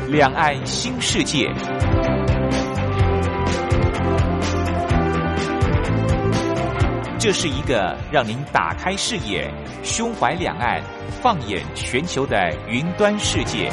两岸新世界。这是一个让您打开视野、胸怀两岸、放眼全球的云端世界。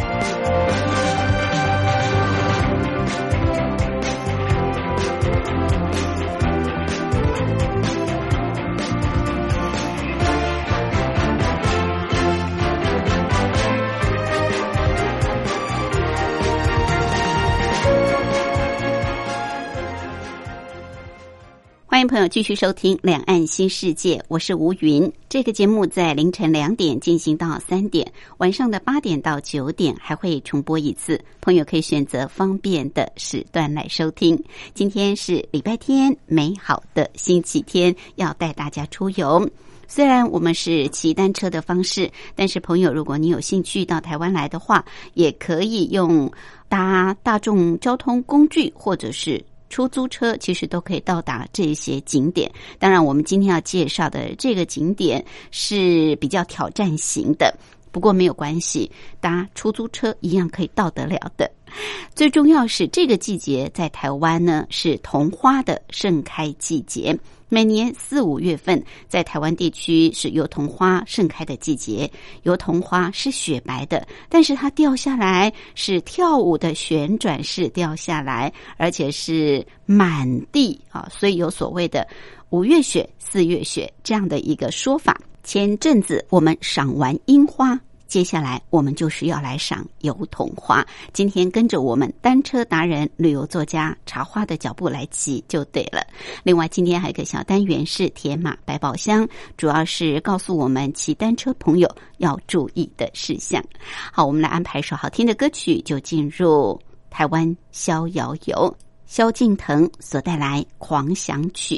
欢迎朋友继续收听两岸新世界，我是吴云。这个节目在凌晨2点进行到3点，晚上的8点到9点还会重播一次，朋友可以选择方便的时段来收听。今天是礼拜天，美好的星期天，要带大家出游。虽然我们是骑单车的方式，但是朋友，如果你有兴趣到台湾来的话，也可以用搭大众交通工具或者是出租车，其实都可以到达这些景点。当然我们今天要介绍的这个景点是比较挑战型的，不过没有关系，搭出租车一样可以到得了的。最重要是这个季节在台湾呢是桐花的盛开季节，每年4、5月份在台湾地区是油桐花盛开的季节。油桐花是雪白的，但是它掉下来是跳舞的旋转式掉下来，而且是满地啊，所以有所谓的5月雪、4月雪这样的一个说法。前阵子我们赏完樱花，接下来我们就是要来赏油桐花。今天跟着我们单车达人、旅游作家茶花的脚步来骑就对了。另外今天还有一个小单元是铁马百宝箱，主要是告诉我们骑单车朋友要注意的事项。好，我们来安排一首好听的歌曲，就进入台湾逍遥游，萧敬腾所带来《狂想曲》。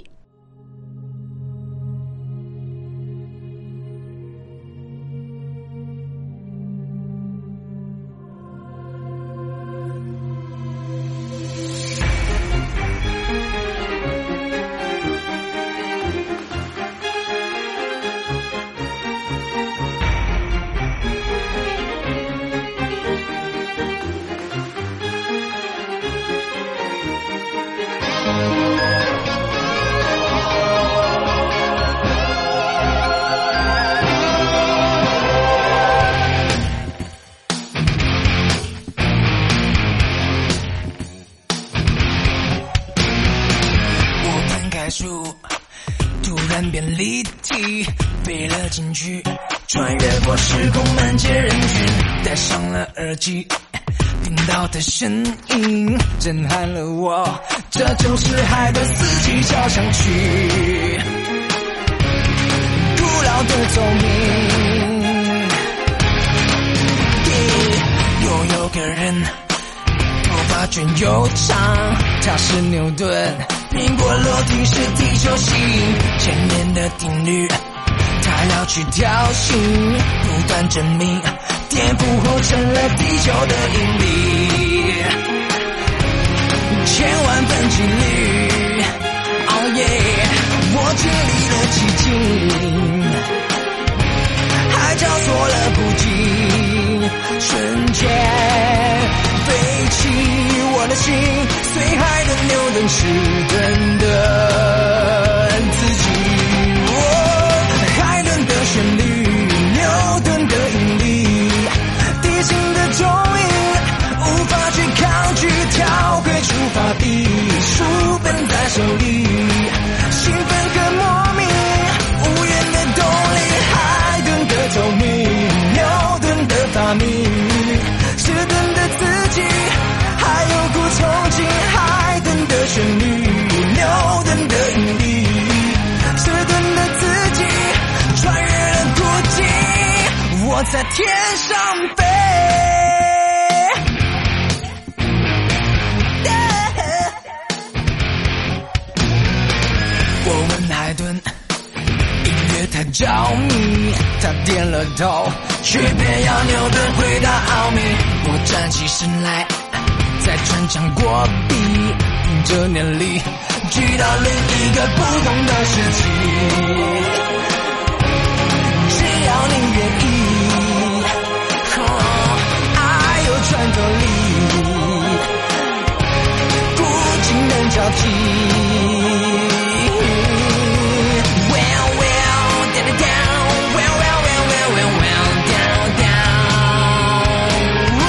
突然变立体，背了进去，穿越过时空，漫街人群，戴上了耳机，听到的声音震撼了我，这就是海的四季交响曲，古老的奏鸣。有个人头发卷又长，他是牛顿，苹果落地是地球吸引，千年的定律他要去挑衅，不断证明颠覆后成了地球的引力，1000万分几率，哦耶，我经历了奇迹，海交错了不尽，瞬间飞起我的心，随海的牛顿迟钝的自己，海顿的旋律，牛顿的引力，地心的重影，无法去抗拒，跳回出发地，书本在手里，兴奋和莫名，无言的动力，海顿的透明，牛顿的发明，迟钝的自己，还有股憧憬，海顿的旋律，牛顿的引力，迟钝的自己，穿越了孤寂，我在天上飞。我问海顿，音乐太着迷，他点了头，却偏要牛顿回答奥秘。我站起身来，再穿墙过壁，凭着念力去到另一个不同的时期，只要你愿意，爱有穿透力， 迹。Well well down down well well well well well well down down。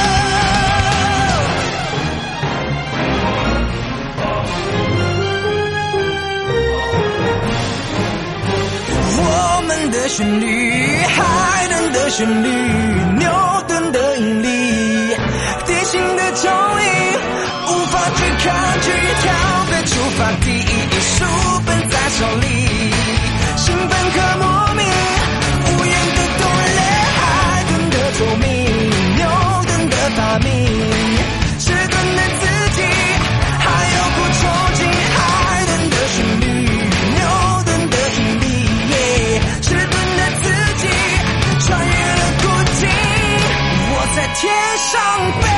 我们的旋律，海豚的旋律，牛顿的引力，地心的重力，无法去抗拒，跳跃出发地，书本在手里，兴奋和莫名，无言的动人，海豚的聪明，牛顿的发明，迟钝的自己，还有股憧憬，海豚的旋律，牛顿的引力，迟钝的自己，穿越了古今，我在天上飞。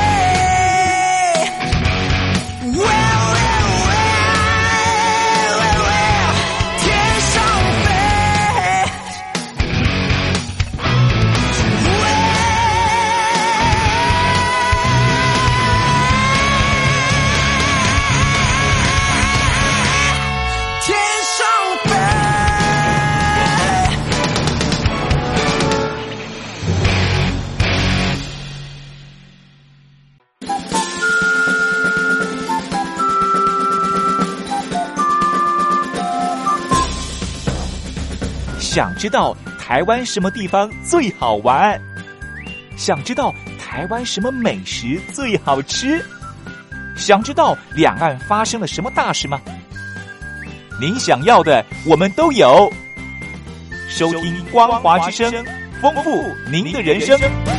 想知道台湾什么地方最好玩？想知道台湾什么美食最好吃？想知道两岸发生了什么大事吗？您想要的我们都有。收听光华之声，丰富您的人生。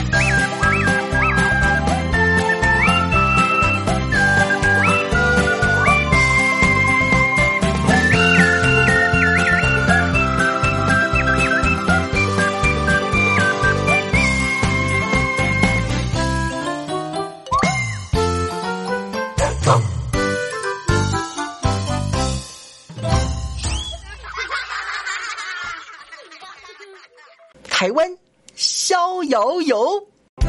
台湾逍遥游。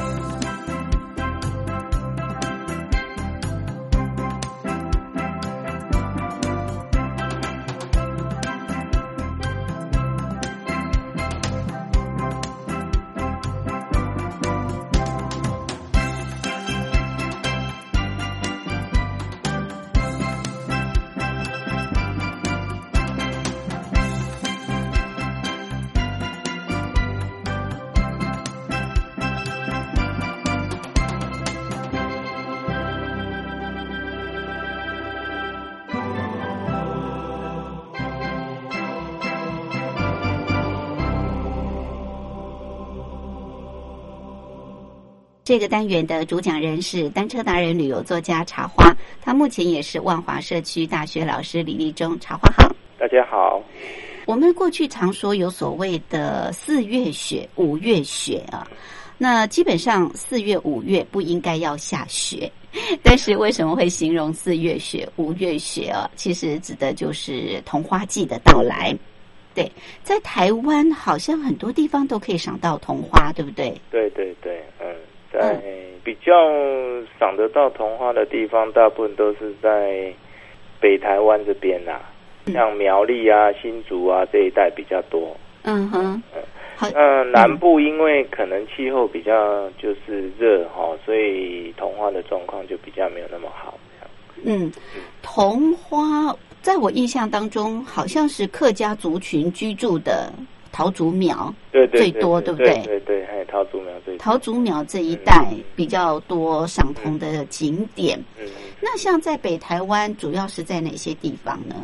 这个单元的主讲人是单车达人、旅游作家茶花，他目前也是万华社区大学老师李立忠。茶花好。 大家好。 我们过去常说有所谓的4月雪、5月雪啊，那基本上4月、5月不应该要下雪，但是为什么会形容4月雪、5月雪啊？其实指的就是桐花季的到来。对，在台湾好像很多地方都可以赏到桐花，对不对？ 对对对，在比较赏得到桐花的地方，大部分都是在北台湾这边啦，像苗栗啊、新竹啊这一带比较多。 嗯哼，好。 南部因为可能气候比较就是热哈，所以桐花的状况就比较没有那么好。 桐花在我印象当中，好像是客家族群居住的桃竹苗， 对对最多，对不对？ 对对，还有桃竹苗最多。 桃竹苗这一带比较多赏桐的景点。那像在北台湾，主要是在哪些地方呢？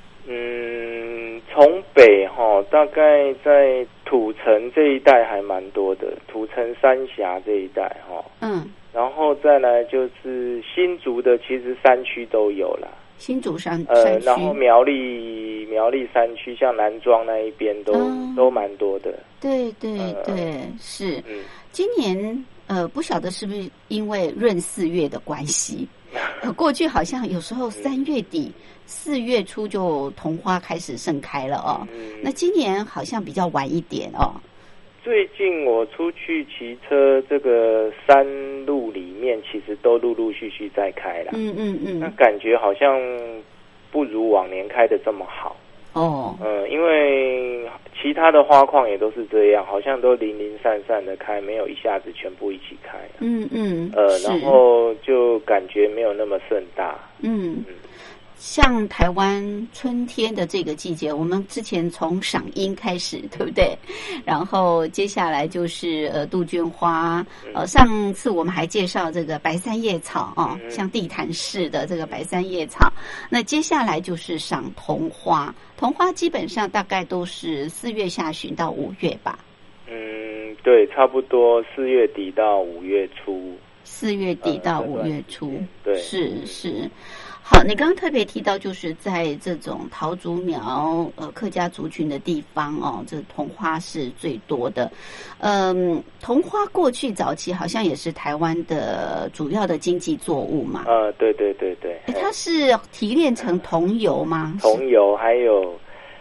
从北大概在土城这一带还蛮多的，土城三峡这一带然后再来就是新竹的，其实山区都有啦。 新竹山区， 然后苗栗山区，像南庄那一边都蛮多的。对对对， 是。今年不晓得是不是因为闰4月的关系，过去好像有时候3月底、4月初就桐花开始盛开了哦。那今年好像比较晚一点哦。 最近我出去骑车，这个山路里面其实都陆陆续续在开了。那感觉好像不如往年开的这么好。因为其他的花矿也都是这样，好像都零零散散的开，没有一下子全部一起开。然后就感觉没有那么盛大。 像台湾春天的这个季节，我们之前从赏樱开始，对不对？然后接下来就是杜鹃花，上次我们还介绍这个白三叶草像地毯式的这个白三叶草。那接下来就是赏桐花，桐花基本上大概都是4月下旬到5月吧。 对，差不多4月底到5月初。 4月底到5月初， 对， 是。好，你刚刚特别提到，就是在这种桃竹苗客家族群的地方这桐花是最多的。桐花过去早期好像也是台湾的主要的经济作物嘛。 对。 它是提炼成桐油吗？ 桐油还有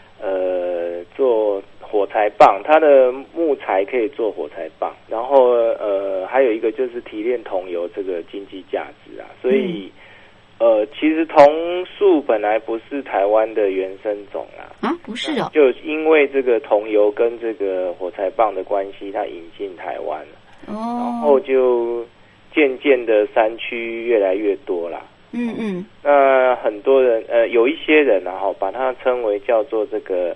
做火柴棒，它的木材可以做火柴棒，然后还有一个就是提炼桐油这个经济价值啊，所以。其实桐树本来不是台湾的原生种啊， 不是哦， 就因为这个桐油跟这个火柴棒的关系，它引进台湾了，然后就渐渐的山区越来越多啦。那很多人有一些人把它称为叫做这个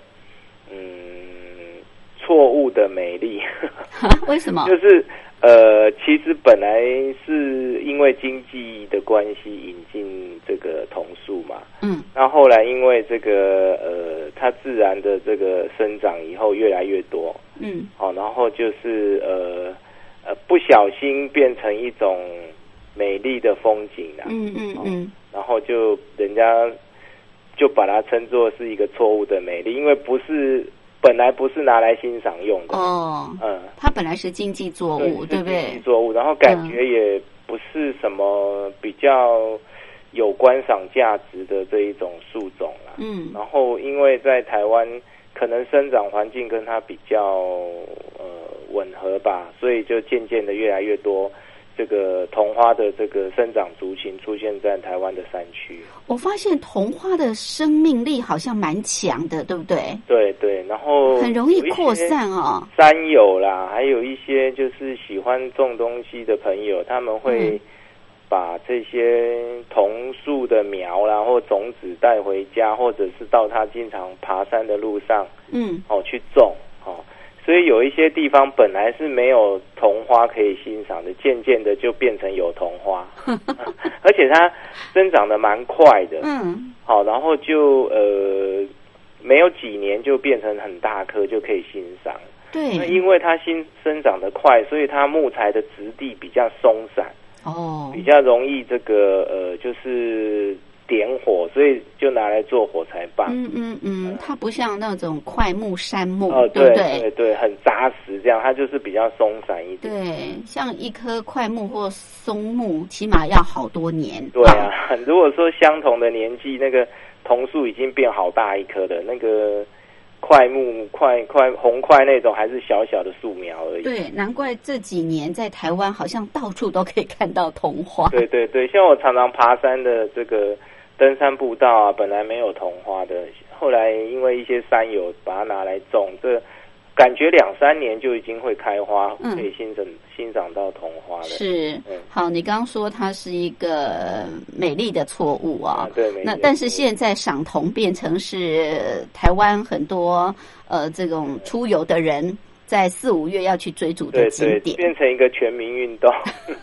错误的美丽。 为什么？ 就是其实本来是因为经济的关系引进这个桐树嘛，那后来因为这个它自然的这个生长以后越来越多，然后就是不小心变成一种美丽的风景啦，然后就人家就把它称作是一个错误的美丽，因为本来不是拿来欣赏用的它本来是经济作物，对不对？经济作物，然后感觉也不是什么比较有观赏价值的这一种树种啦。然后因为在台湾可能生长环境跟它比较吻合吧，所以就渐渐的越来越多这个桐花的这个生长族群出现在台湾的山区。 我发现桐花的生命力好像蛮强的，对不对？ 对，然后很容易扩散山友啦，还有一些就是喜欢种东西的朋友，他们会把这些桐树的苗啦或种子带回家，或者是到他经常爬山的路上去种所以有一些地方本来是没有桐花可以欣赏的，渐渐的就变成有桐花，而且它生长的蛮快的，然后就没有几年就变成很大棵，就可以欣赏。 对， 那因为它生长的快，所以它木材的质地比较松散，比较容易这个就是点火，所以就拿来做火柴棒。 它不像那种块木、杉木， 对不对？ 对，很扎实，这样它就是比较松散一点。 对，像一棵块木或松木，起码要好多年。 对啊，如果说相同的年纪，那个桐树已经变好大一棵的，那个块木、红块那种还是小小的树苗而已。 对，难怪这几年在台湾好像到处都可以看到桐花。 对，像我常常爬山的这个登山步道啊，本来没有桐花的，后来因为一些山友把它拿来种，这感觉2-3年就已经会开花，可以欣赏到桐花了。 是，好，你刚刚说它是一个美丽的错误对， 那但是现在赏桐变成是台湾很多这种出游的人在4、5月要去追逐的景点， 变成一个全民运动。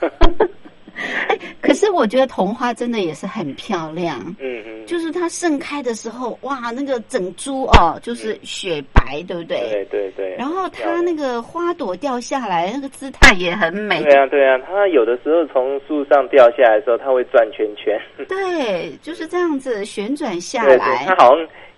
可是我觉得桐花真的也是很漂亮，就是它盛开的时候，哇，那个整株就是雪白，对不对？ 对。 然后它那个花朵掉下来，那个姿态也很美。 对啊，它有的时候从树上掉下来的时候，它会转圈圈。 对，就是这样子旋转下来。 对，它好像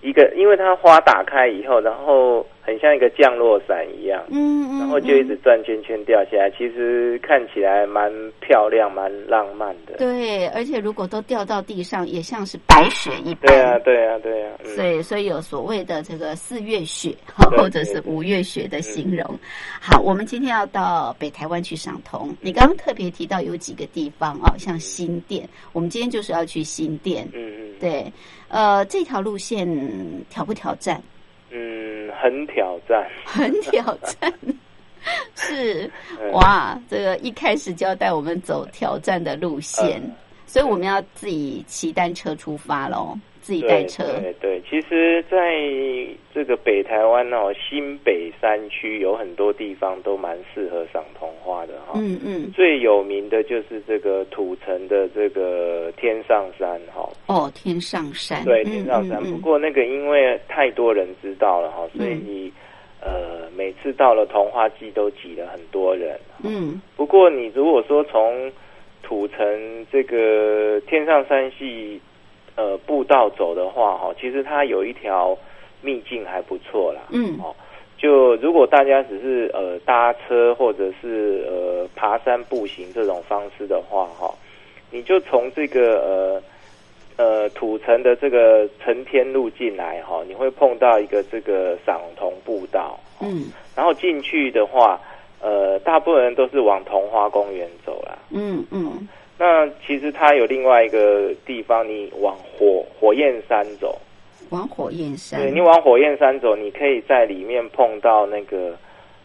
因为它花打开以后，然后很像一个降落伞一样，然后就一直转圈圈掉下来，其实看起来蛮漂亮、蛮浪漫的。 对，而且如果都掉到地上，也像是白雪一般。 对啊。 所以有所谓的这个4月雪，或者是5月雪的形容。好，我们今天要到北台湾去赏桐。你刚刚特别提到有几个地方哦，像新店，我们今天就是要去新店。对，这条路线挑不挑战？ 很挑战， 很挑战。是，哇，这个一开始就要带我们走挑战的路线，所以我们要自己骑单车出发咯，自己带车。 对，其实在这个北台湾新北山区有很多地方都蛮适合赏桐花的哈。最有名的就是这个土城的这个天上山哈。 天上山。 对，天上山。不过那个因为太多人知道了哈，所以每次到了桐花季都挤了很多人。不过你如果说从土城这个天上山系步道走的话其实它有一条秘境还不错啦。就如果大家只是搭车或者是爬山步行这种方式的话你就从这个土城的这个承天路进来你会碰到一个这个赏桐步道。然后进去的话大部分人都是往桐花公园走啦。那其实它有另外一个地方，你往火焰山走。 往火焰山。 对，你往火焰山走，你可以在里面碰到那个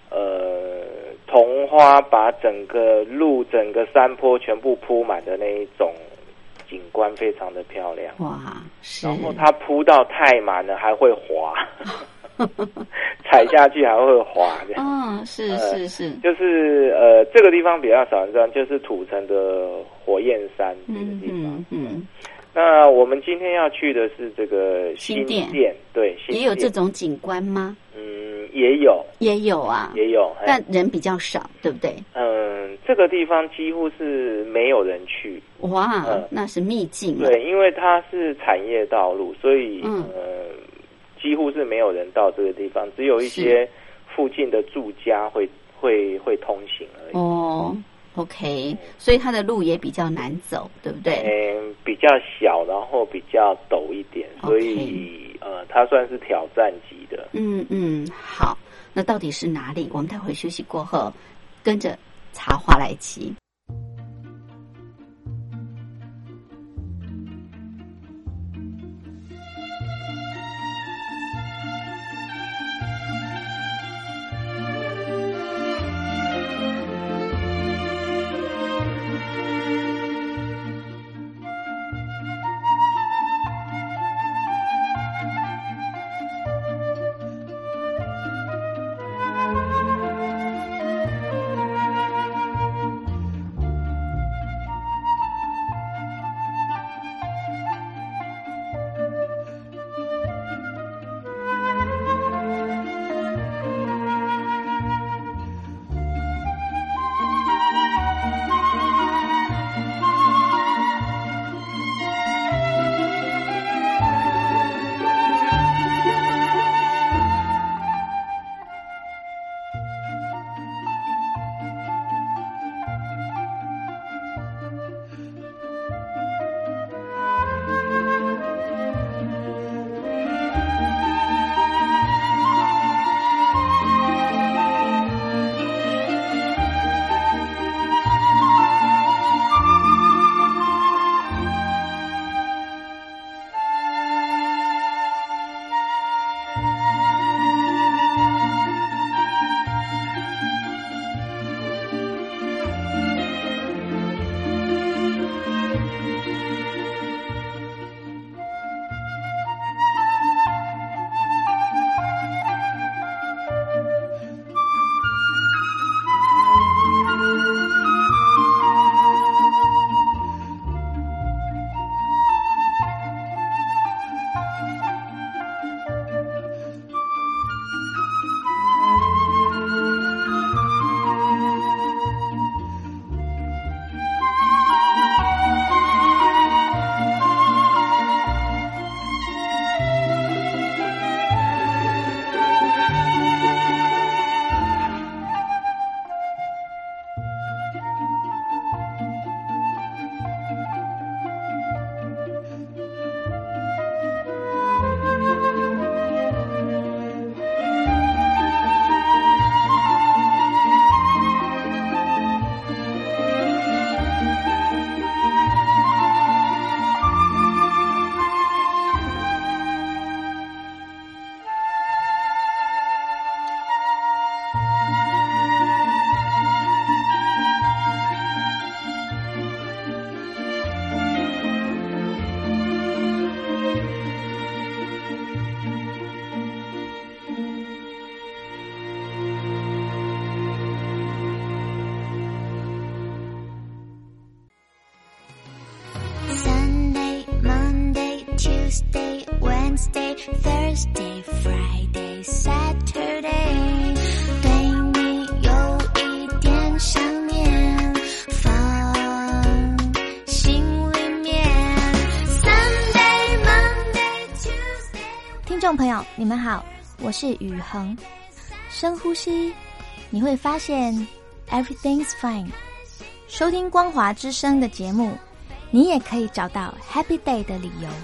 桐花把整个路、整个山坡全部铺满的那一种景观，非常的漂亮。 哇，是。 然后它铺到太满了，还会滑。踩下去还会滑的。 是， 就是这个地方比较少人知道，就是土城的火焰山这个地方。那我们今天要去的是这个新店。对，新店也有这种景观吗？ 也有啊， 也有， 但人比较少，对不对？ 这个地方几乎是没有人去。 哇，那是秘境。 对，因为它是产业道路，所以几乎是没有人到这个地方，只有一些附近的住家会通行而已。 OK， 所以它的路也比较难走，对不对？ 比较小，然后比较陡一点，所以它算是挑战级的。 好，那到底是哪里？我们待会休息过后，跟着茶花来骑。 Tuesday, Wednesday, Thursday, Friday, Saturday， 对你有一点想念，放心里面。Sunday, Monday, Tuesday。听众朋友，你们好，我是宇恒。深呼吸，你会发现 everything's fine。收听光华之声的节目，你也可以找到 Happy Day 的理由。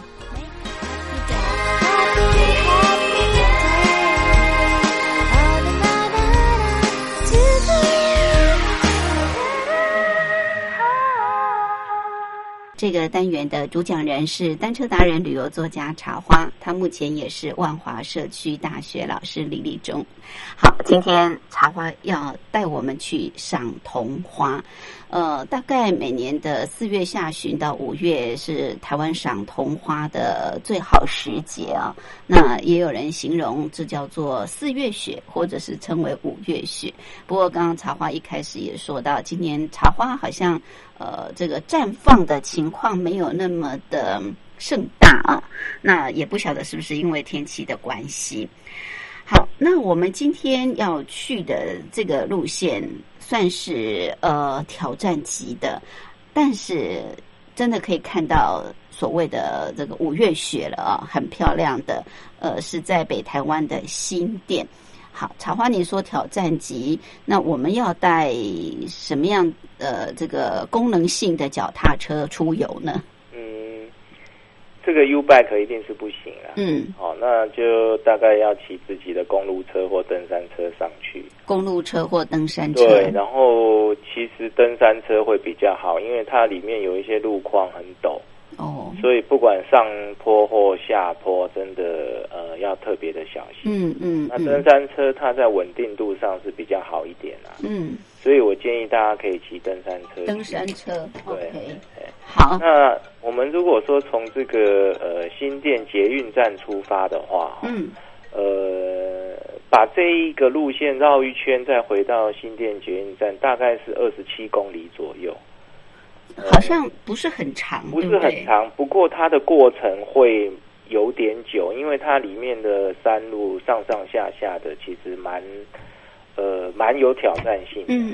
这个单元的主讲人是单车达人、旅游作家茶花，他目前也是万华社区大学老师李立忠。好，今天茶花要带我们去赏桐花。大概每年的4月下旬到5月是台湾赏桐花的最好时节啊。那也有人形容这叫做4月雪，或者是称为5月雪。不过刚刚茶花一开始也说到，今年茶花好像这个绽放的情况没有那么的盛大啊。那也不晓得是不是因为天气的关系。好，那我们今天要去的这个路线算是挑战级的，但是真的可以看到所谓的这个5月雪了啊，很漂亮的，是在北台湾的新店。好，茶花你说挑战级，那我们要带什么样这个功能性的脚踏车出游呢？ 这个 U-Bike 一定是不行啦。好，那就大概要骑自己的公路车或登山车上去。 公路车或登山车。 对，然后其实登山车会比较好，因为它里面有一些路况很陡。所以不管上坡或下坡，真的要特别的小心。那登山车它在稳定度上是比较好一点啦。所以我建议大家可以骑登山车。 登山车，对。 Okay. 好。 那我们如果说从这个新店捷运站出发的话，把这一个路线绕一圈，再回到新店捷运站，大概是27公里左右。 好像不是很长， 不是很长，不过它的过程会有点久，因为它里面的山路上上下下的，其实蛮有挑战性的。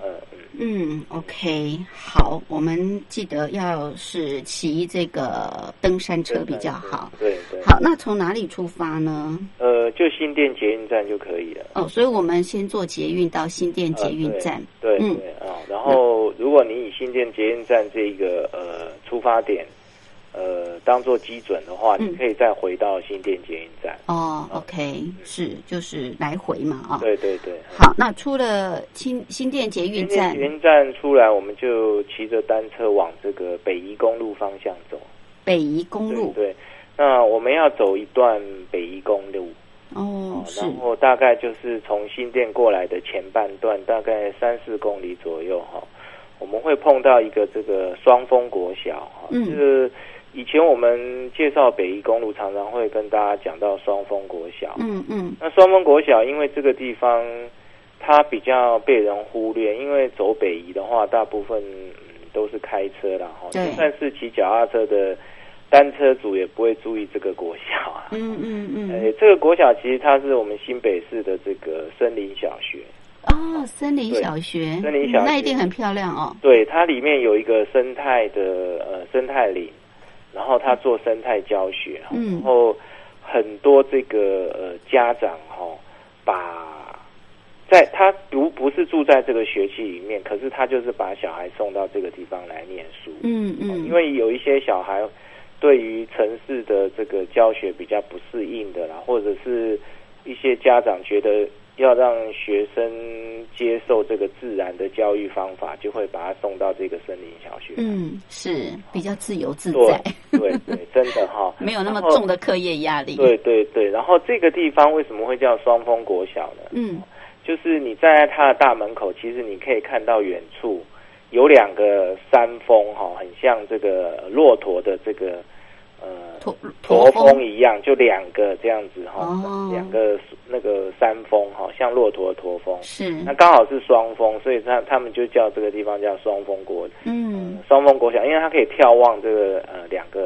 OK， 好，我们记得要是骑这个登山车比较好。 对。 好，那从哪里出发呢？ 就新店捷运站就可以了。 所以我们先坐捷运到新店捷运站。 对。然后如果你以新店捷运站这个出发点当做基准的话，你可以再回到新店捷运站。 OK， 是就是来回嘛啊。 对。 好，那出了新店捷运站， 捷运站出来，我们就骑着单车往这个北宜公路方向走。 北宜公路。 对。那我们要走一段北宜公路。然后大概就是从新店过来的前半段，大概3-4公里左右哈，我们会碰到一个这个双峰国小哈，就是以前我们介绍北宜公路，常常会跟大家讲到双峰国小。那双峰国小，因为这个地方它比较被人忽略，因为走北宜的话，大部分都是开车啦哈，就算是骑脚踏车的单车族也不会注意这个国小啊。这个国小其实它是我们新北市的这个森林小学。 森林小学， 森林小学那一定很漂亮哦。 对，它里面有一个生态的生态林，然后它做生态教学，然后很多这个家长他不是住在这个学区里面，可是他就是把小孩送到这个地方来念书。因为有一些小孩对于城市的这个教学比较不适应的啦，或者是一些家长觉得要让学生接受这个自然的教育方法，就会把他送到这个森林小学。 是比较自由自在。 对，真的哈， 没有那么重的课业压力。 对。然后这个地方为什么会叫双峰国小呢？就是你站在它的大门口，其实你可以看到远处有2个山峰哈，很像这个骆驼的这个驼峰一样，就2个这样子哈，2个那个山峰哈，像骆驼的驼峰。是。那刚好是双峰，所以他们就叫这个地方叫双峰国。双峰国小，因为它可以眺望这个2个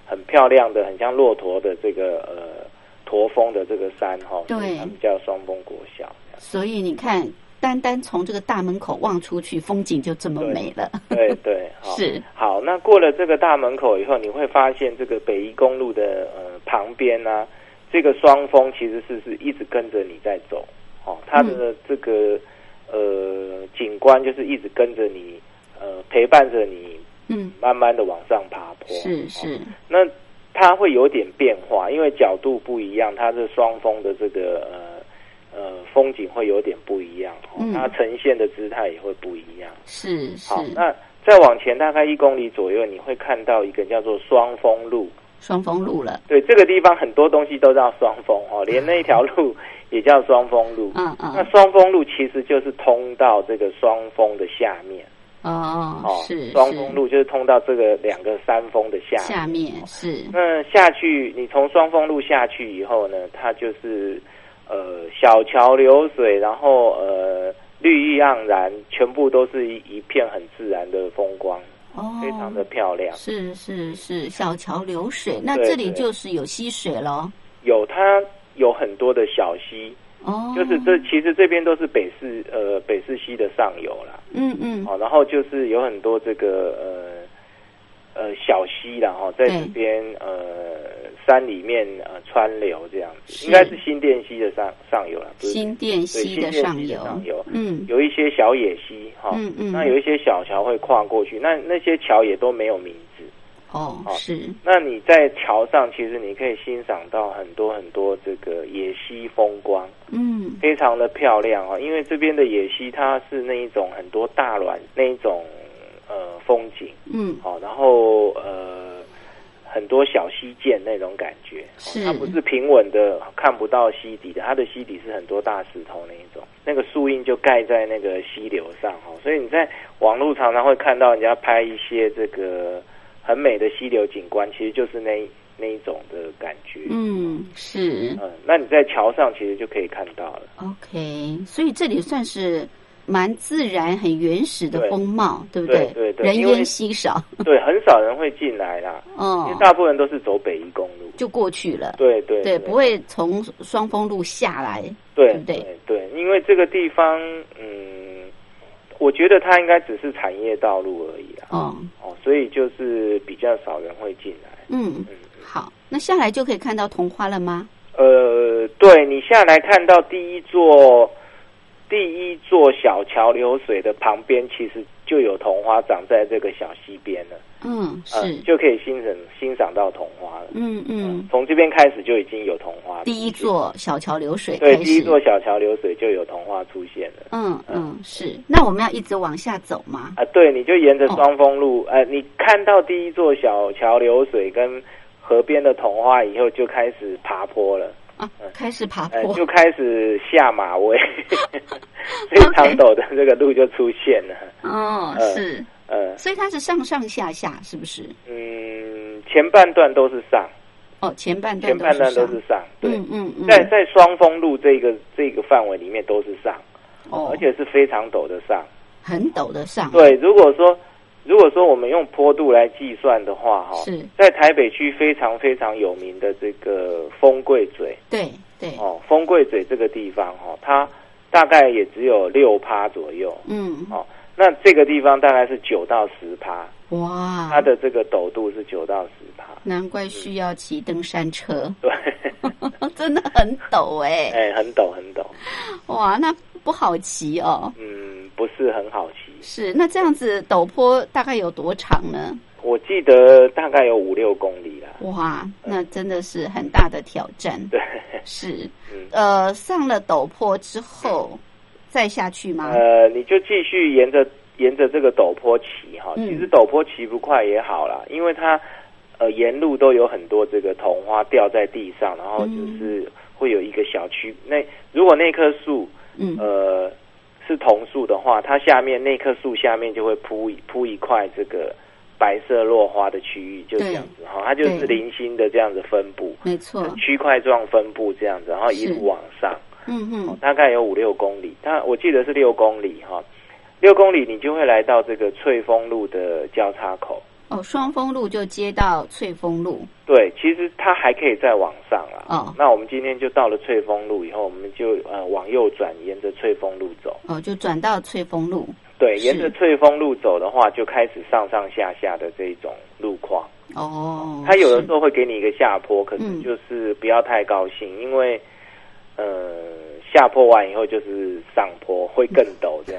很漂亮的，很像骆驼的这个驼峰的这个山哈， 对， 他们叫双峰国小。 所以你看，单单从这个大门口望出去，风景就这么美了。 对对， 是好。那过了这个大门口以后，你会发现这个北宜公路的旁边啊，这个双峰其实是一直跟着你在走，哦，它的这个景观就是一直跟着你，陪伴着你，慢慢的往上爬坡。 是， 那它会有点变化，因为角度不一样，它的双峰的这个风景会有点不一样，它呈现的姿态也会不一样。 是。 好，那再往前大概1公里左右，你会看到一个叫做双峰路。 双峰路了。 对，这个地方很多东西都叫双峰哦，连那一条路也叫双峰路。那双峰路其实就是通到这个双峰的下面。是双峰路就是通到这个2个山峰的下面是。 那下去，你从双峰路下去以后呢，它就是小桥流水，然后绿意盎然，全部都是一片很自然的风光。非常的漂亮。是， 小桥流水，那这里就是有溪水咯。 有，它有很多的小溪。就是其实这边都是北势溪的上游啦。然后就是有很多这个小溪啦，在这边山里面川流这样子，应该是新店溪的上游啦，不是新店溪的上游。 有一些小野溪那有一些小桥会跨过去，那些桥也都没有名字。 是。 那你在桥上，其实你可以欣赏到很多很多这个野溪风光，非常的漂亮因为这边的野溪它是那一种很多大卵那一种风景，然后很多小溪涧那种感觉，它不是平稳的看不到溪底的，它的溪底是很多大石头那一种，那个树荫就盖在那个溪流上所以你在网络常常会看到人家拍一些这个很美的溪流景观，其实就是那一种的感觉。 是。 那你在桥上其实就可以看到了。 OK， 所以这里算是蛮自然、很原始的风貌，对不对？ 对， 人烟稀少。 对，很少人会进来啦。因为大部分人都是走北宜公路就过去了。 对， 不会从双峰路下来， 对不对？ 对，因为这个地方，我觉得它应该只是产业道路而已啦。所以就是比较少人会进来。 好，那下来就可以看到桐花了吗？ 对，你下来看到第一座小桥流水的旁边，其实就有桐花长在这个小溪边了。是，就可以欣赏到桐花了。从这边开始就已经有桐花。 第一座小桥流水对，第一座小桥流水就有桐花出现了。 是。那我们要一直往下走吗？ 对，你就沿着双峰路，你看到第一座小桥流水跟河边的桐花以后，就开始爬坡了。 开始爬坡， 就开始下马威，非常陡的这个路就出现了。 是。所以它是上上下下，是不是？ 前半段都是上。 前半段都是上。对，在双峰路这个范围里面都是上。而且是非常陡的上。 很陡的上。 对，如果说我们用坡度来计算的话， 是在台北区非常非常有名的这个丰贵嘴。 对。 丰贵嘴这个地方它大概也只有6%左右。那这个地方大概是9到10%。哇！它的这个陡度是9到10%。 难怪需要骑登山车。 对， 真的很陡很陡。 哇，那不好骑哦。 不是很好骑。 是，那这样子陡坡大概有多长呢？ 我记得大概有5-6公里啦。 哇，那真的是很大的挑战。 对， 是。上了陡坡之后再下去吗？ 你就继续沿着这个陡坡骑其实陡坡骑不快也好啦，因为它沿路都有很多这个桐花掉在地上，然后就是会有一个小区。如果那棵树是桐树的话，它下面那棵树下面就会铺一块这个白色落花的区域，就这样子它就是零星的这样子分布， 没错， 区块状分布这样子，然后一路往上。大概有5-6公里，我记得是6公里6公里你就会来到这个翠峰路的交叉口。 哦，双峰路就接到翠峰路。 对，其实它还可以再往上啦。 哦， 那我们今天就到了翠峰路以后，我们就往右转，沿着翠峰路走。 哦，就转到翠峰路。 对，沿着翠峰路走的话，就开始上上下下的这种路况。 哦， 它有的时候会给你一个下坡，可是就是不要太高兴，因为下坡完以后就是上坡，会更陡这样。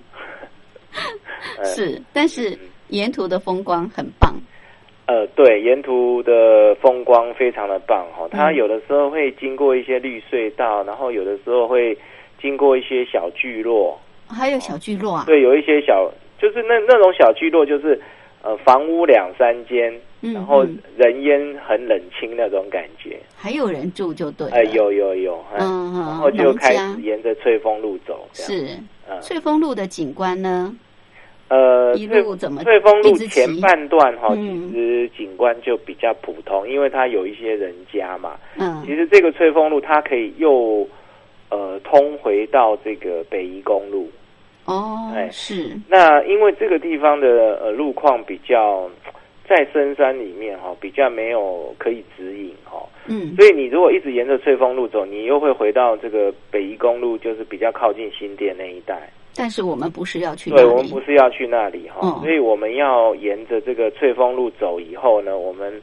是，但是沿途的风光很棒。 对，沿途的风光非常的棒哈。它有的时候会经过一些绿隧道，然后有的时候会经过一些小聚落。 还有小聚落啊？ 对，有一些就是那种小聚落，就是房屋2-3间，然后人烟很冷清那种感觉。 还有人住就对了。 有，然后就开始沿着翠峰路走。 是，翠峰路的景观呢？一路怎么？ 翠峰路前半段其实景观就比较普通，因为它有一些人家嘛。其实这个翠峰路它可以又通回到这个北宜公路。 哦，是。 那因为这个地方的路况比较在深山里面比较没有可以指引所以你如果一直沿着翠峰路走，你又会回到这个北宜公路，就是比较靠近新店那一带。 但是我们不是要去那里。 对，我们不是要去那里所以我们要沿着这个翠峰路走以后呢，我们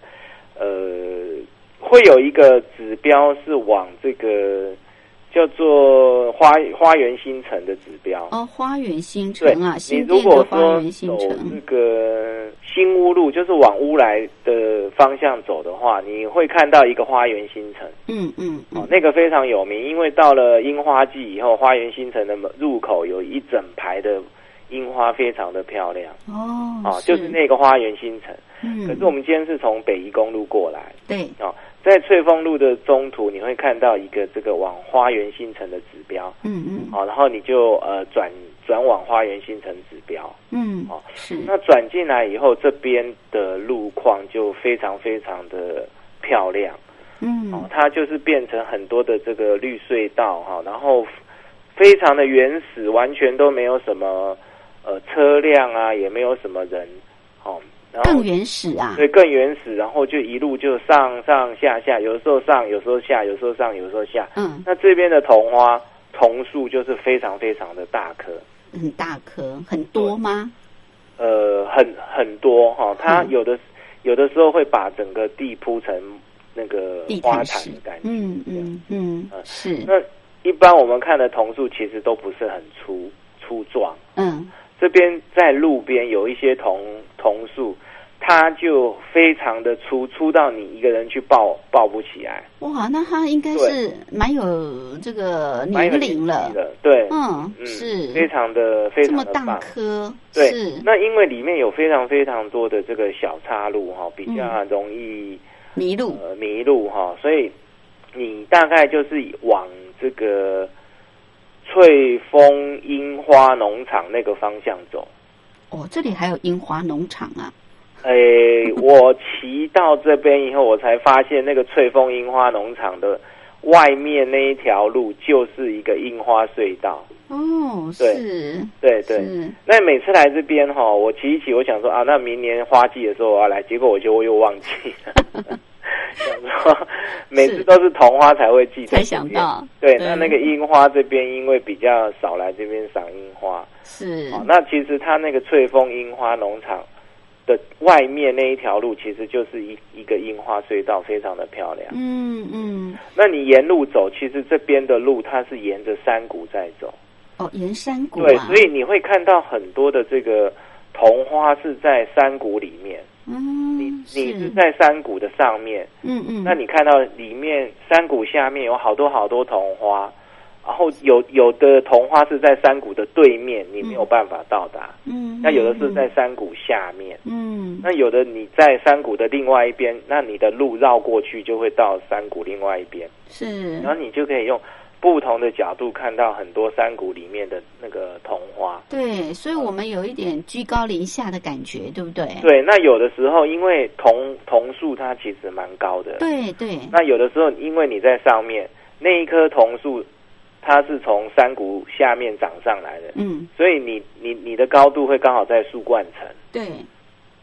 会有一个指标是往这个叫做花园新城的指标。 花园新城啊，新店的花园新城。 你如果说走这个新屋路，就是往乌来的方向走的话，你会看到一个花园新城。那个非常有名，因为到了樱花季以后，花园新城的入口有一整排的樱花，非常的漂亮。就是那个花园新城。可是我们今天是从北宜公路过来。 对。 在翠峰路的中途，你会看到一个这个往花园新城的指标。然后你就转往花园新城指标。 是。 那转进来以后，这边的路况就非常非常的漂亮。它就是变成很多的这个绿隧道然后非常的原始，完全都没有什么车辆啊，也没有什么人然后更原始啊。 对，更原始，然后就一路就上上下下，有时候上，有时候下，有时候上，有时候下。那这边的桐树就是非常非常的大棵。 很大棵，很多吗？ 很多它有的时候会把整个地铺成那个花坛的感觉。 是。 那一般我们看的桐树其实都不是很粗壮。这边在路边有一些桐树，它就非常的粗到你一个人去抱不起来。 哇，那它应该是蛮有这个年龄了。 对， 是非常的这么大棵。 对， 是。 那因为里面有非常非常多的这个小岔路比较容易迷路所以你大概就是往这个翠峰樱花农场那个方向走。 这里还有樱花农场啊。 我骑到这边以后，我才发现那个翠峰樱花农场的外面那一条路就是一个樱花隧道。 是。 对。那每次来这边我骑一骑，我想说那明年花季的时候我要来，结果我又忘记了。想说每次都是桐花才会记得， 才想到。 对，那个樱花这边因为比较少来这边赏樱花。 是。 那其实它那个翠峰樱花农场的外面那一条路其实就是一个樱花隧道，非常的漂亮。那你沿路走，其实这边的路它是沿着山谷在走。 沿山谷。 对，所以你会看到很多的这个桐花是在山谷里面。你是在山谷的上面。那你看到里面山谷下面有好多好多桐花，然后有的桐花是在山谷的对面，你没有办法到达。那有的是在山谷下面。那有的你在山谷的另外一边，那你的路绕过去就会到山谷另外一边。 是。 然后你就可以用不同的角度看到很多山谷里面的那个桐花。 对，所以我们有一点居高临下的感觉，对不对？ 对，那有的时候因为桐树它其实蛮高的。 对。 那有的时候因为你在上面，那一棵桐树它是从山谷下面长上来的。所以你的高度会刚好在树冠层。 对。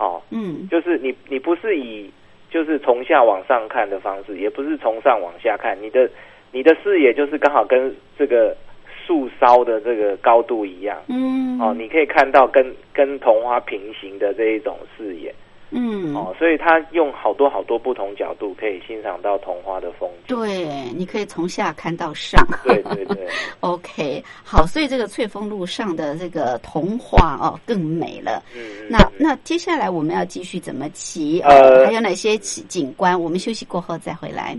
就是你不是以就是从下往上看的方式，也不是从上往下看，你的视野就是刚好跟这个树梢的这个高度一样，你可以看到跟桐花平行的这一种视野，所以它用好多不同角度可以欣赏到桐花的风景。 对，你可以从下看到上。 对。 OK， 好，所以这个翠峰路上的这个桐花更美了。那接下来我们要继续怎么骑？还有哪些景观？我们休息过后再回来。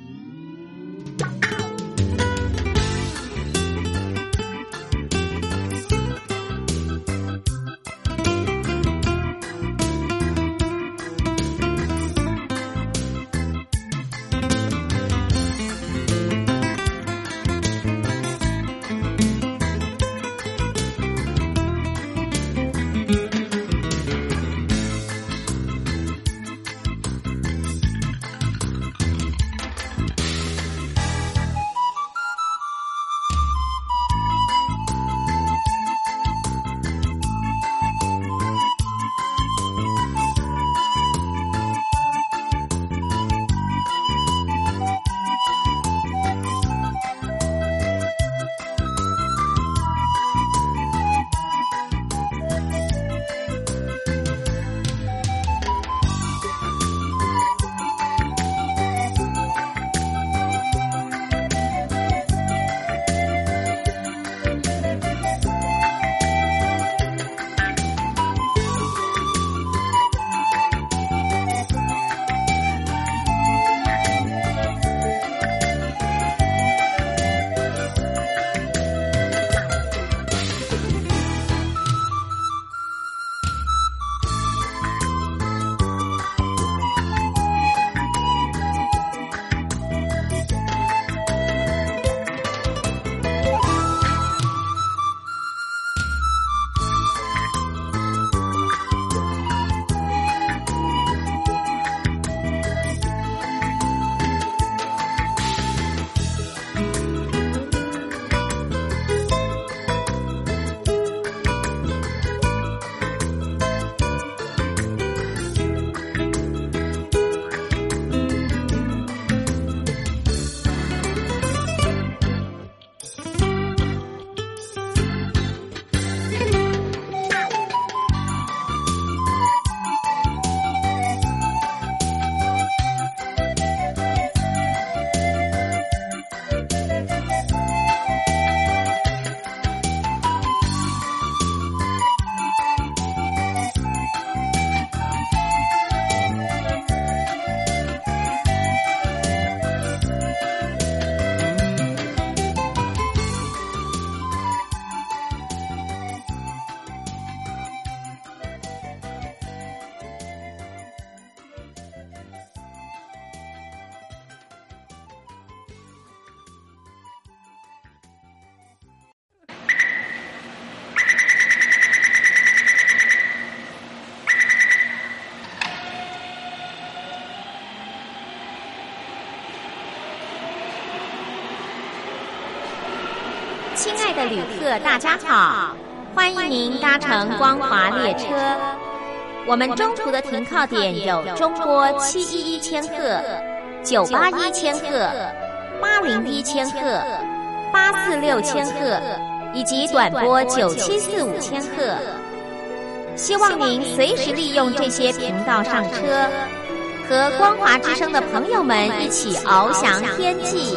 亲爱的旅客，大家好，欢迎您搭乘光华列车。我们中途的停靠点有中波711千赫、981千赫、801千赫、846千赫以及短波9745千赫。希望您随时利用这些频道上车，和光华之声的朋友们一起翱翔天际。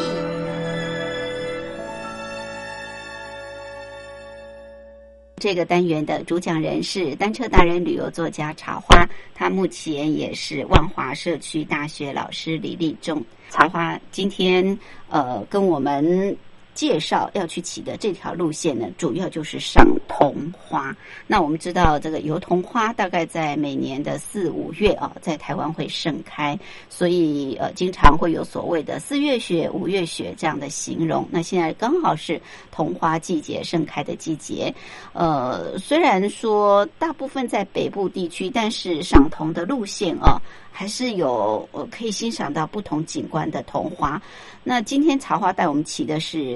这个单元的主讲人是单车达人、旅游作家茶花，他目前也是万华社区大学老师李立忠。茶花今天跟我们介绍要去骑的这条路线呢，主要就是赏桐花。那我们知道这个油桐花大概在每年的4、5月在台湾会盛开，所以经常会有所谓的4月雪、5月雪这样的形容。那现在刚好是桐花季节盛开的季节。虽然说大部分在北部地区，但是赏桐的路线还是有可以欣赏到不同景观的桐花。那今天茶花带我们骑的是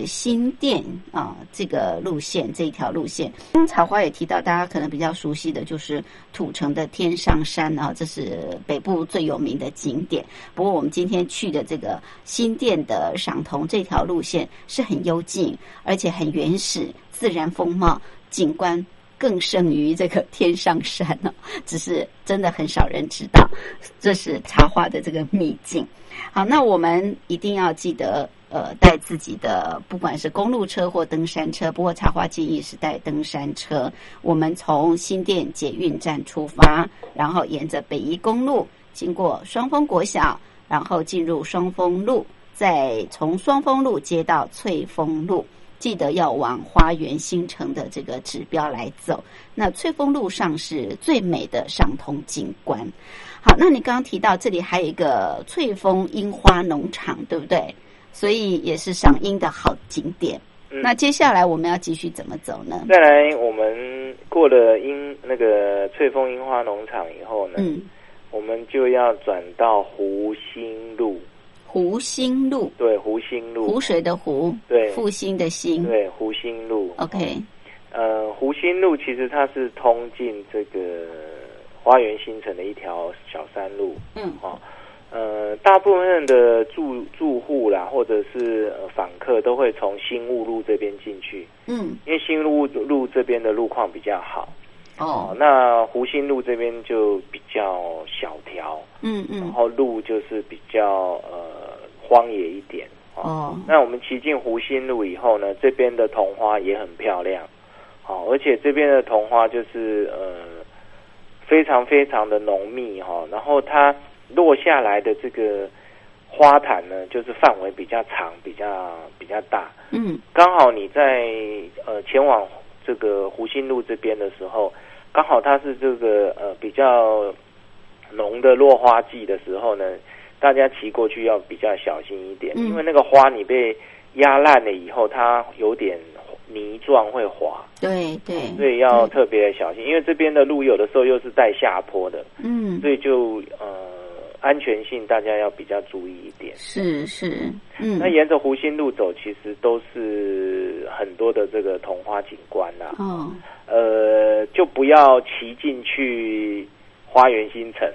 新店这个路线，这一条路线。刚刚草花也提到，大家可能比较熟悉的就是土城的天上山这是北部最有名的景点。不过我们今天去的这个新店的赏桐这条路线是很幽静，而且很原始，自然风貌景观更胜于这个天上山只是真的很少人知道，这是茶花的这个秘境。好，那我们一定要记得带自己的不管是公路车或登山车，不过茶花建议是带登山车。我们从新店捷运站出发，然后沿着北宜公路经过双峰国小，然后进入双峰路，再从双峰路接到翠峰路，记得要往花园新城的这个指标来走。那翠峰路上是最美的赏桐景观。好，那你刚刚提到这里还有一个翠峰樱花农场，对不对？所以也是赏樱的好景点。那接下来我们要继续怎么走呢？ 再来，我们过了那个翠峰樱花农场以后呢，我们就要转到湖心路。 湖心路， 对，湖心路， 湖水的湖，对，复兴的兴， 对，湖心路。 OK， 湖心路其实它是通进这个花园新城的一条小山路。大部分的住户啦，或者是访客都会从新雾路这边进去。因为新雾路这边的路况比较好。那湖心路这边就比较小条。然后路就是比较荒野一点。那我们骑进湖心路以后呢，这边的桐花也很漂亮。而且这边的桐花就是非常非常的浓密然后它落下来的这个花坛呢，就是范围比较长，比较大。刚好你在前往这个湖心路这边的时候，刚好它是这个比较浓的落花季的时候呢，大家骑过去要比较小心一点，因为那个花你被压烂了以后，它有点泥状会滑。对，所以要特别小心，因为这边的路有的时候又是带下坡的。所以就安全性大家要比较注意一点。是。那沿着湖心路走，其实都是很多的这个桐花景观啦。就不要骑进去花园新城。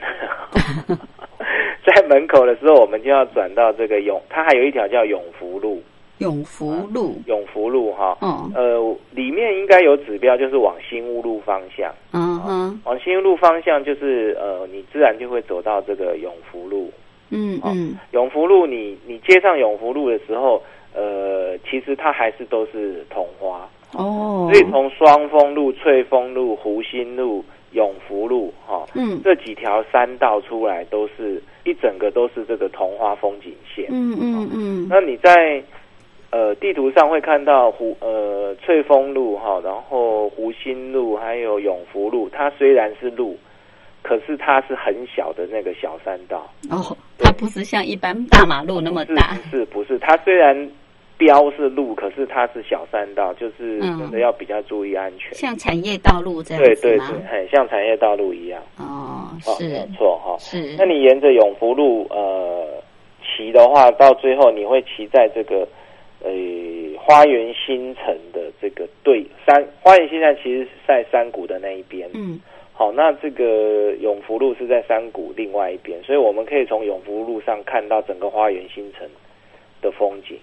在门口的时候，我们就要转到这个它还有一条叫永福路。永福路哈。里面应该有指标，就是往新屋路方向。往新屋路方向就是你自然就会走到这个永福路。永福路你接上永福路的时候，其实它还是都是桐花。所以从双峰路、翠峰路、湖心路、永福路这几条山道出来，都是一整个都是这个桐花风景线。那你在地图上会看到翠峰路然后湖心路还有永福路，它虽然是路，可是它是很小的那个小山道。 它不是像一般大马路那么大。 不是，它虽然标是路，可是它是小山道，就是真的要比较注意安全。 像产业道路这样子吗？ 对，很像产业道路一样。 是没错是。 那你沿着永福路骑的话，到最后你会骑在这个花园新城的这个花园新城其实是在山谷的那一边。好，那这个永福路是在山谷另外一边，所以我们可以从永福路上看到整个花园新城的风景。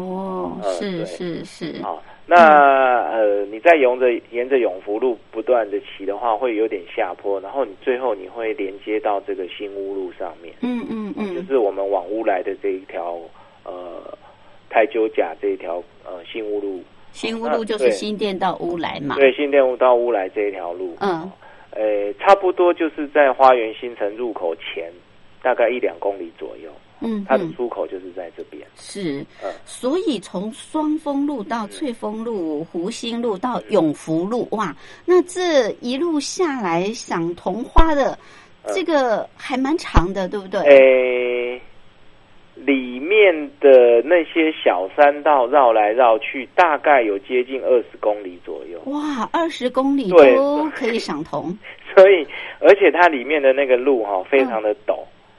是。好，那你在沿着永福路不断的骑的话，会有点下坡，然后最后你会连接到这个新屋路上面。就是我们往乌来的这一条台九甲这一条新屋路。 新屋路就是新店到乌来嘛。 对，新店到乌来这一条路。差不多就是在花园新城入口前大概1-2公里左右。它的出口就是在这边。是。所以从双峰路到翠峰路、湖心路到永福路，哇，那这一路下来赏桐花的这个还蛮长的，对不对？ 里面的那些小山道绕来绕去，大概有接近20公里左右。哇，20公里都可以赏桐。 所以，而且它里面的那个路非常的陡。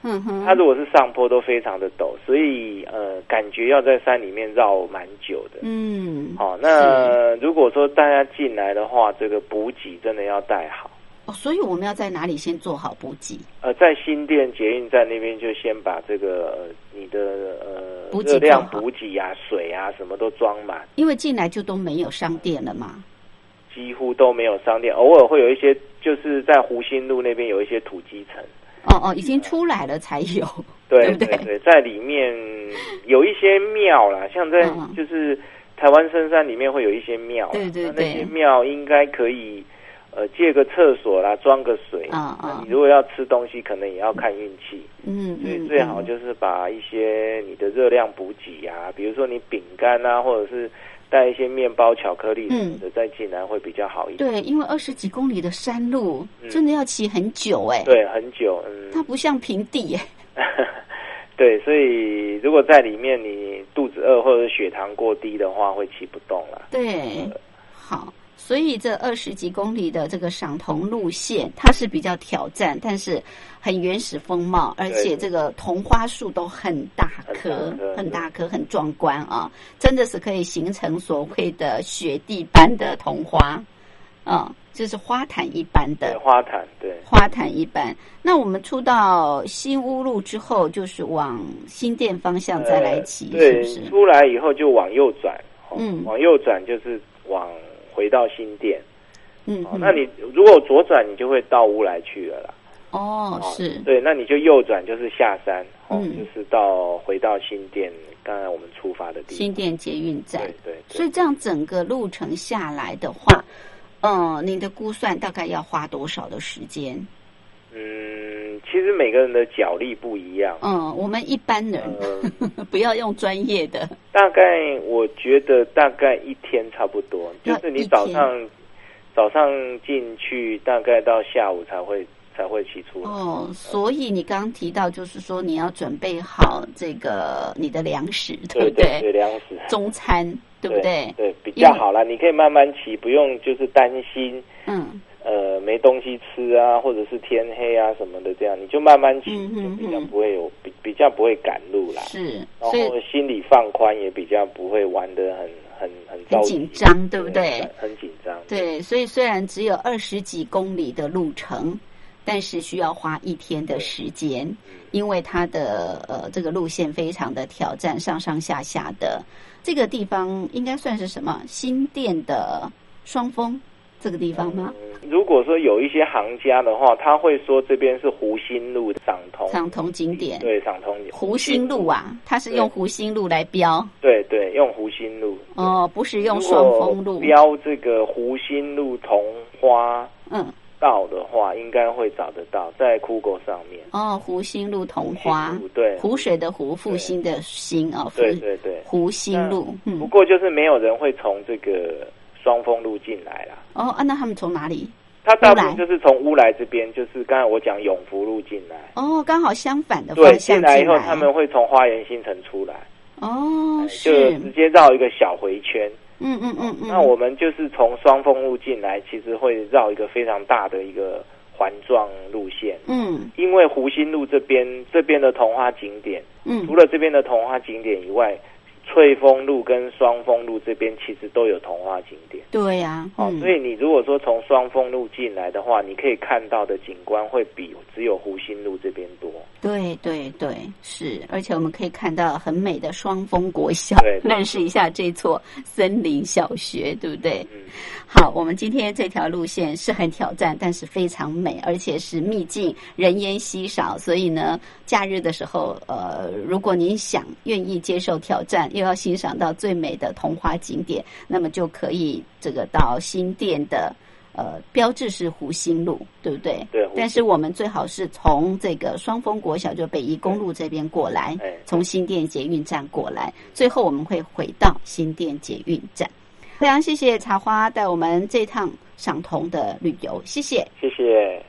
它如果是上坡都非常的陡，所以感觉要在山里面绕蛮久的。好，那如果说大家进来的话，这个补给真的要带好。 所以我们要在哪里先做好补给？ 在新店捷运站那边就先把这个你的热量补给啊、水啊什么都装满。 因为进来就都没有商店了嘛。 几乎都没有商店，偶尔会有一些，就是在湖心路那边有一些土基层。 已经出来了才有， 对不对？ 对，在里面有一些庙啦，像在就是台湾深山里面会有一些庙，对，那些庙应该可以借个厕所啦，装个水。你如果要吃东西，可能也要看运气。所以最好就是把一些你的热量补给啊，比如说你饼干啊，或者是带一些面包、巧克力什么的，再进来会比较好一点。 对，因为20几公里的山路，真的要骑很久对，很久。 它不像平地对，所以如果在里面你肚子饿或者血糖过低的话，会骑不动了。 对，好。所以这20几公里的这个赏桐路线，它是比较挑战，但是很原始风貌，而且这个桐花树都很大棵，很大棵，很壮观啊！真的是可以形成所谓的雪地般的桐花，就是花坛一般的花坛，对， 花坛一般。那我们出到新屋路之后，就是往新店方向再来骑，是不是？ 出来以后就往右转，往右转就是往回到新店。那你如果左转，你就会到乌来去了啦。 是。对， 那你就右转就是下山，就是回到新店，刚才我们出发的地方， 新店捷运站。 对。 所以这样整个路程下来的话，你的估算大概要花多少的时间？ 其实每个人的脚力不一样。 我们一般人不要用专业的。 大概我觉得大概一天差不多，就是你早上进去，大概到下午才会骑出来。 所以你刚刚提到，就是说你要准备好这个你的粮食，对不对？ 对，粮食中餐，对不对？ 对，比较好啦，你可以慢慢骑，不用就是担心。没东西吃啊，或者是天黑啊什么的，这样你就慢慢骑，就比较不会比较不会赶路啦。 是， 然后心里放宽，也比较不会玩得很着急， 紧张，对不对？ 很紧张。 对，所以虽然只有20几公里的路程，但是需要花1天的时间，因为它的这个路线非常的挑战，上上下下的。这个地方应该算是什么？新店的双峰这个地方吗？ 如果说有一些行家的话，他会说这边是湖心路赏桐景点。 对，赏桐湖心路啊，他是用湖心路来标。 对，用湖心路。 不是用双峰路。 标这个湖心路桐花道的话，应该会找得到，在 Google 上面。 湖心路桐花。对，湖水的湖，复兴的兴啊。 对。 湖心路。 不过就是没有人会从这个双峰路进来啦。 那他们从哪里？ 他大部分就是从乌来这边，就是刚才我讲永福路进来。 刚好相反的方向进来以后，他们会从花园新城出来。就直接绕一个小回圈。那我们就是从双峰路进来，其实会绕一个非常大的一个环状路线。因为湖心路这边的桐花景点，除了这边的桐花景点以外，翠峰路跟双峰路这边其实都有桐花景点。 对呀。 所以你如果说从双峰路进来的话，你可以看到的景观会比只有湖心路这边多。对， 是，而且我们可以看到很美的双峰国小，认识一下这座森林小学，对不对？好，我们今天这条路线是很挑战，但是非常美，而且是秘境，人烟稀少，所以呢，假日的时候，如果您愿意接受挑战，又要欣赏到最美的桐花景点，那么就可以这个到新店的标志是湖心路，对不对？ 对。 但是我们最好是从这个双峰国小，就北宜公路这边过来，从新店捷运站过来，最后我们会回到新店捷运站。非常谢谢茶花带我们这趟赏桐的旅游，谢谢。 谢谢。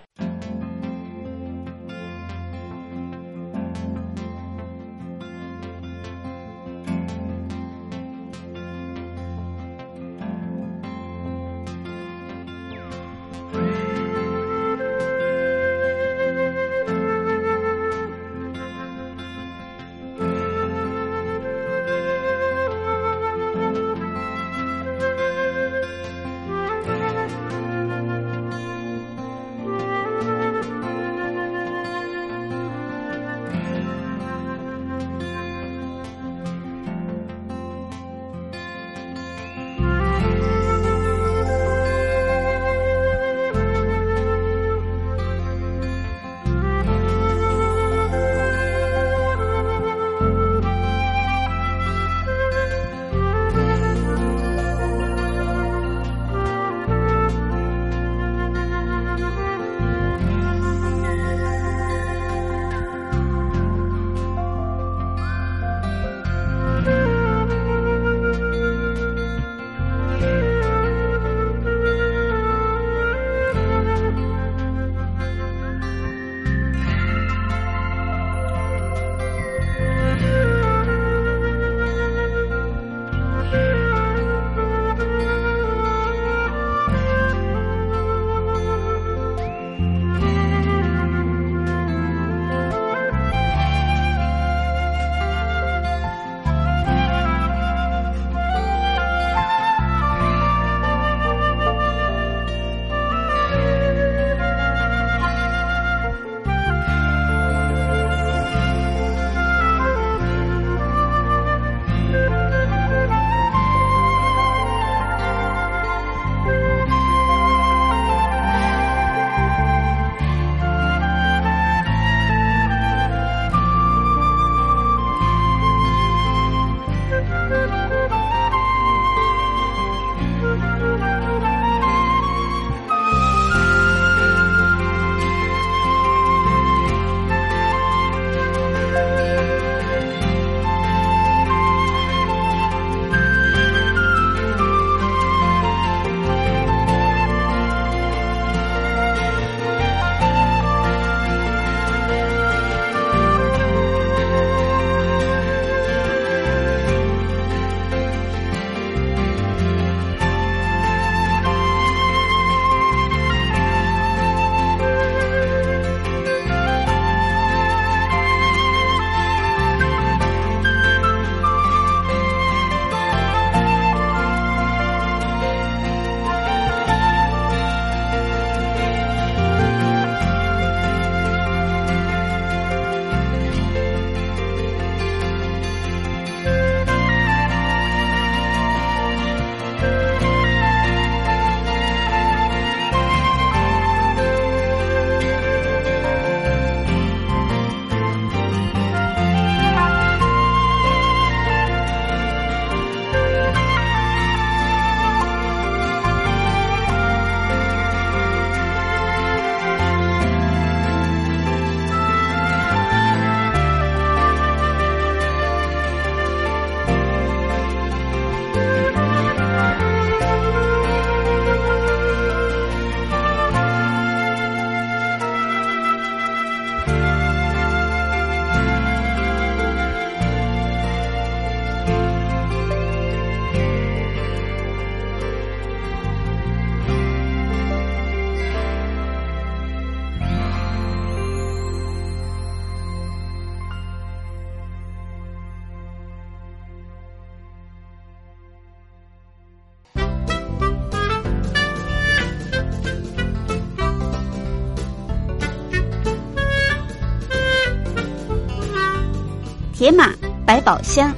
铁马百宝箱。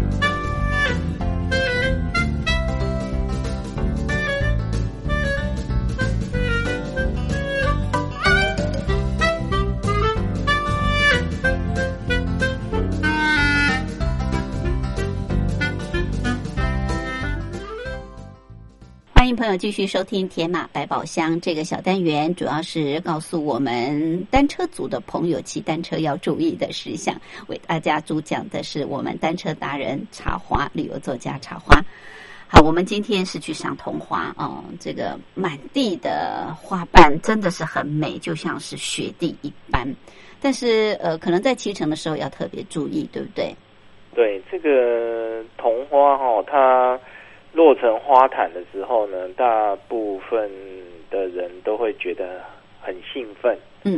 欢迎朋友继续收听铁马百宝箱这个小单元，主要是告诉我们单车族的朋友骑单车要注意的事项。为大家主讲的是我们单车达人茶花，旅游作家茶花。好，我们今天是去赏桐花哦，这个满地的花瓣真的是很美，就像是雪地一般。但是可能在骑乘的时候要特别注意，对不对？ 对，这个桐花它落成花坛的时候呢，大部分的人都会觉得很兴奋，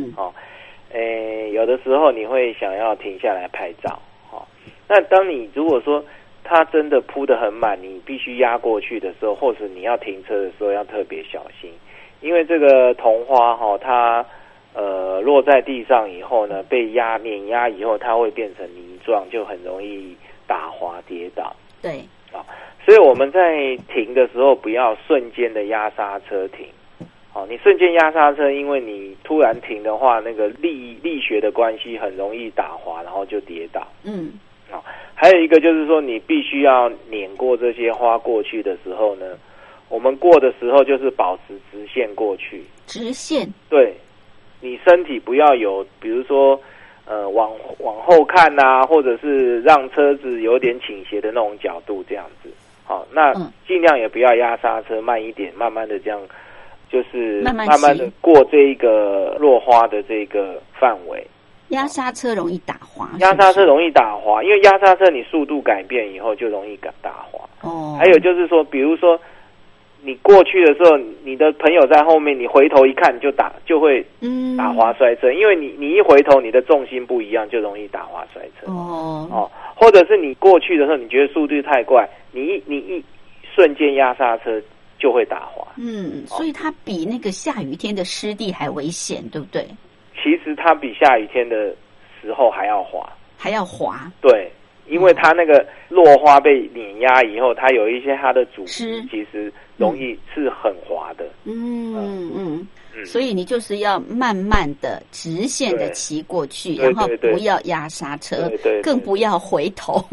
有的时候你会想要停下来拍照，那当你如果说它真的铺得很满，你必须压过去的时候，或者你要停车的时候要特别小心，因为这个桐花它落在地上以后呢，被碾压以后，它会变成泥状，就很容易打滑跌倒。 对。 所以我们在停的时候不要瞬间的压刹车停，你瞬间压刹车，因为你突然停的话，那个力学的关系很容易打滑，然后就跌倒。还有一个就是说，你必须要碾过这些花过去的时候呢，我们过的时候就是保持直线过去。直线？对，你身体不要有，比如说往后看啊，或者是让车子有点倾斜的那种角度，这样子。好，那尽量也不要压刹车，慢一点，慢慢的这样，就是慢慢的过这一个落花的这个范围。 压刹车容易打滑， 压刹车容易打滑，因为压刹车你速度改变以后就容易打滑。还有就是说，比如说你过去的时候，你的朋友在后面，你回头一看就会打滑摔车，因为你一回头，你的重心不一样，就容易打滑摔车。或者是你过去的时候，你觉得速度太快，你一瞬间压刹车就会打滑。 所以它比那个下雨天的湿地还危险，对不对？ 其实它比下雨天的时候还要滑。 还要滑？对。 因为它那个落花被碾压以后，它有一些它的组织其实容易是很滑的。 所以你就是要慢慢的直线的骑过去，然后不要压刹车，更不要回头。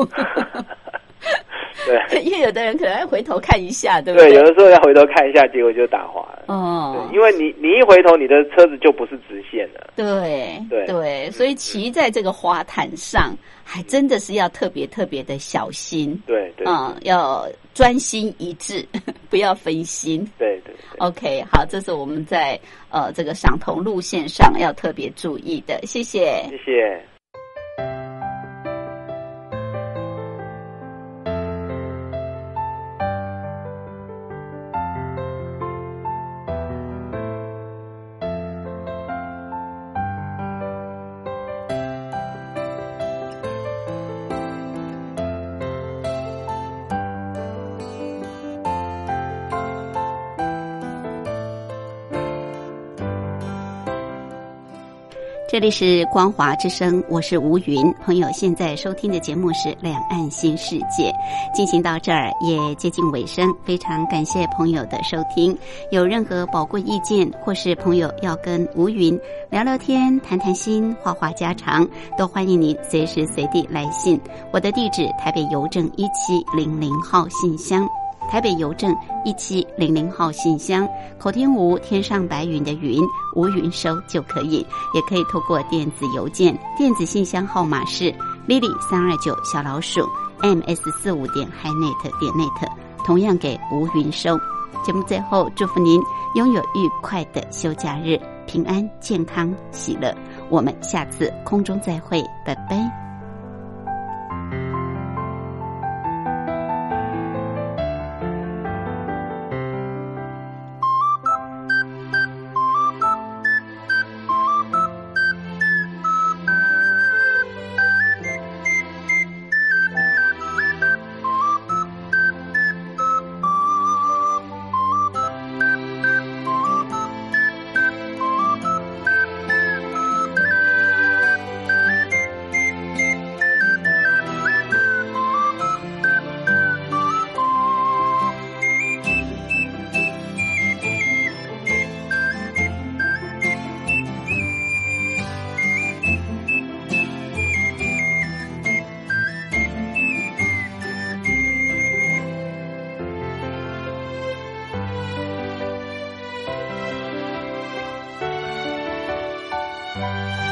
对，因为有的人可能要回头看一下，对不对？ 对，有的时候要回头看一下，结果就打滑了。对，因为你一回头，你的车子就不是直线了。 对，所以骑在这个花坛上，还真的是要特别特别的小心。 对， 要专心一致，不要分心。 对。 OK， 好，这是我们在这个赏桐路线上要特别注意的。谢谢。 谢谢。 这里是光华之声，我是吴云。朋友现在收听的节目是两岸新世界，进行到这儿也接近尾声，非常感谢朋友的收听。有任何宝贵意见，或是朋友要跟吴云聊聊天、谈谈心、话话家常，都欢迎您随时随地来信。我的地址台北邮政1700号信箱，台北邮政1700号信箱，口天吴，天上白云的云，吴云收就可以，也可以透过电子邮件，电子信箱号码是 lily329@ms45.hinet.net， 同样给吴云收。节目最后祝福您拥有愉快的休假日，平安健康喜乐，我们下次空中再会，拜拜。 Thank